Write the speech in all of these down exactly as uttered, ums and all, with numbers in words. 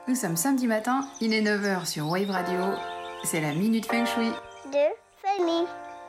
Nous sommes samedi matin, il est neuf heures sur Wave Radio. C'est la Minute Feng Shui. De famille.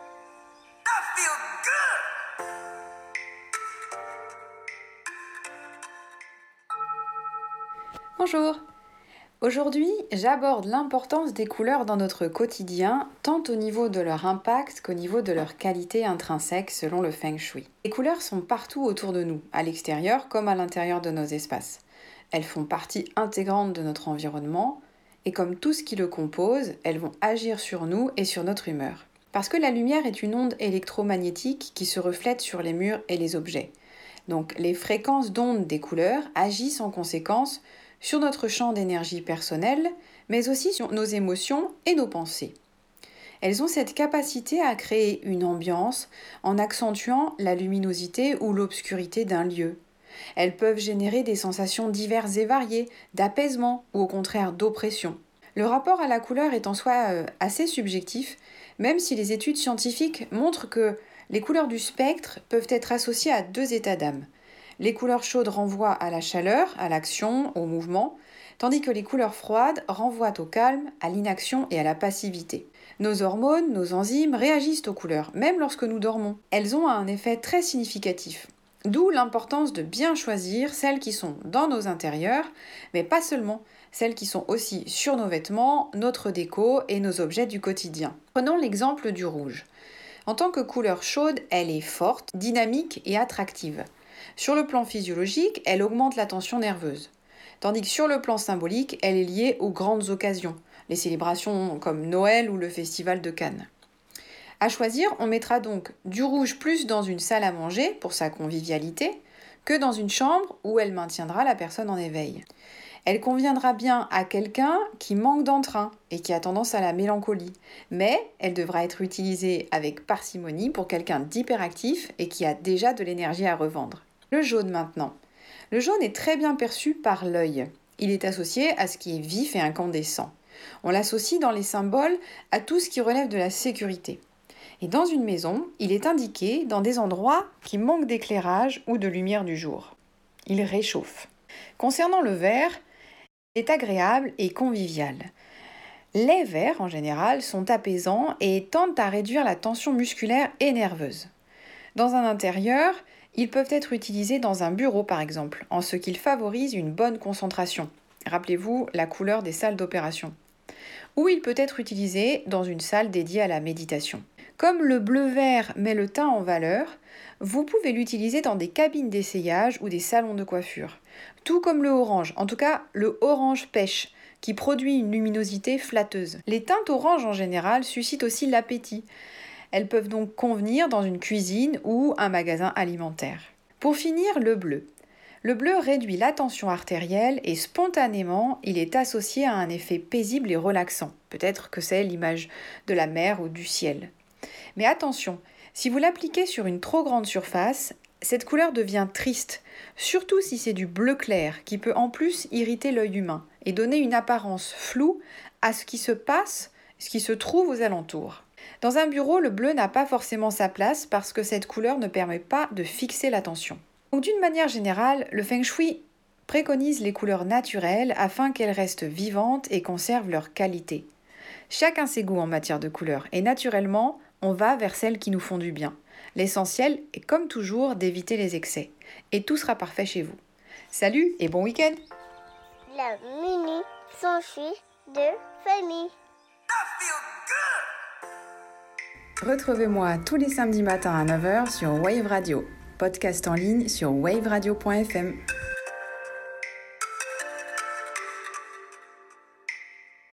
Bonjour. Aujourd'hui, j'aborde l'importance des couleurs dans notre quotidien, tant au niveau de leur impact qu'au niveau de leur qualité intrinsèque selon le Feng Shui. Les couleurs sont partout autour de nous, à l'extérieur comme à l'intérieur de nos espaces. Elles font partie intégrante de notre environnement et comme tout ce qui le compose, elles vont agir sur nous et sur notre humeur. Parce que la lumière est une onde électromagnétique qui se reflète sur les murs et les objets. Donc les fréquences d'ondes des couleurs agissent en conséquence sur notre champ d'énergie personnelle, mais aussi sur nos émotions et nos pensées. Elles ont cette capacité à créer une ambiance en accentuant la luminosité ou l'obscurité d'un lieu. Elles peuvent générer des sensations diverses et variées, d'apaisement ou au contraire d'oppression. Le rapport à la couleur est en soi euh, assez subjectif, même si les études scientifiques montrent que les couleurs du spectre peuvent être associées à deux états d'âme. Les couleurs chaudes renvoient à la chaleur, à l'action, au mouvement, tandis que les couleurs froides renvoient au calme, à l'inaction et à la passivité. Nos hormones, nos enzymes réagissent aux couleurs, même lorsque nous dormons. Elles ont un effet très significatif. D'où l'importance de bien choisir celles qui sont dans nos intérieurs, mais pas seulement, celles qui sont aussi sur nos vêtements, notre déco et nos objets du quotidien. Prenons l'exemple du rouge. En tant que couleur chaude, elle est forte, dynamique et attractive. Sur le plan physiologique, elle augmente la tension nerveuse. Tandis que sur le plan symbolique, elle est liée aux grandes occasions, les célébrations comme Noël ou le Festival de Cannes. À choisir, on mettra donc du rouge plus dans une salle à manger pour sa convivialité que dans une chambre où elle maintiendra la personne en éveil. Elle conviendra bien à quelqu'un qui manque d'entrain et qui a tendance à la mélancolie, mais elle devra être utilisée avec parcimonie pour quelqu'un d'hyperactif et qui a déjà de l'énergie à revendre. Le jaune maintenant. Le jaune est très bien perçu par l'œil. Il est associé à ce qui est vif et incandescent. On l'associe dans les symboles à tout ce qui relève de la sécurité. Et dans une maison, il est indiqué dans des endroits qui manquent d'éclairage ou de lumière du jour. Il réchauffe. Concernant le vert, il est agréable et convivial. Les verts, en général, sont apaisants et tendent à réduire la tension musculaire et nerveuse. Dans un intérieur, ils peuvent être utilisés dans un bureau par exemple, en ce qu'ils favorisent une bonne concentration. Rappelez-vous la couleur des salles d'opération. Ou il peut être utilisé dans une salle dédiée à la méditation. Comme le bleu-vert met le teint en valeur, vous pouvez l'utiliser dans des cabines d'essayage ou des salons de coiffure. Tout comme le orange, en tout cas le orange pêche, qui produit une luminosité flatteuse. Les teintes orange en général suscitent aussi l'appétit. Elles peuvent donc convenir dans une cuisine ou un magasin alimentaire. Pour finir, le bleu. Le bleu réduit la tension artérielle et spontanément, il est associé à un effet paisible et relaxant. Peut-être que c'est l'image de la mer ou du ciel. Mais attention, si vous l'appliquez sur une trop grande surface, cette couleur devient triste, surtout si c'est du bleu clair qui peut en plus irriter l'œil humain et donner une apparence floue à ce qui se passe, ce qui se trouve aux alentours. Dans un bureau, le bleu n'a pas forcément sa place parce que cette couleur ne permet pas de fixer l'attention. Donc d'une manière générale, le Feng Shui préconise les couleurs naturelles afin qu'elles restent vivantes et conservent leur qualité. Chacun ses goûts en matière de couleurs et naturellement, on va vers celles qui nous font du bien. L'essentiel est comme toujours d'éviter les excès. Et tout sera parfait chez vous. Salut et bon week-end. La Minute Feng Shui de famille. Retrouvez-moi tous les samedis matins à neuf heures sur Wave Radio. Podcast en ligne sur wave radio point f m.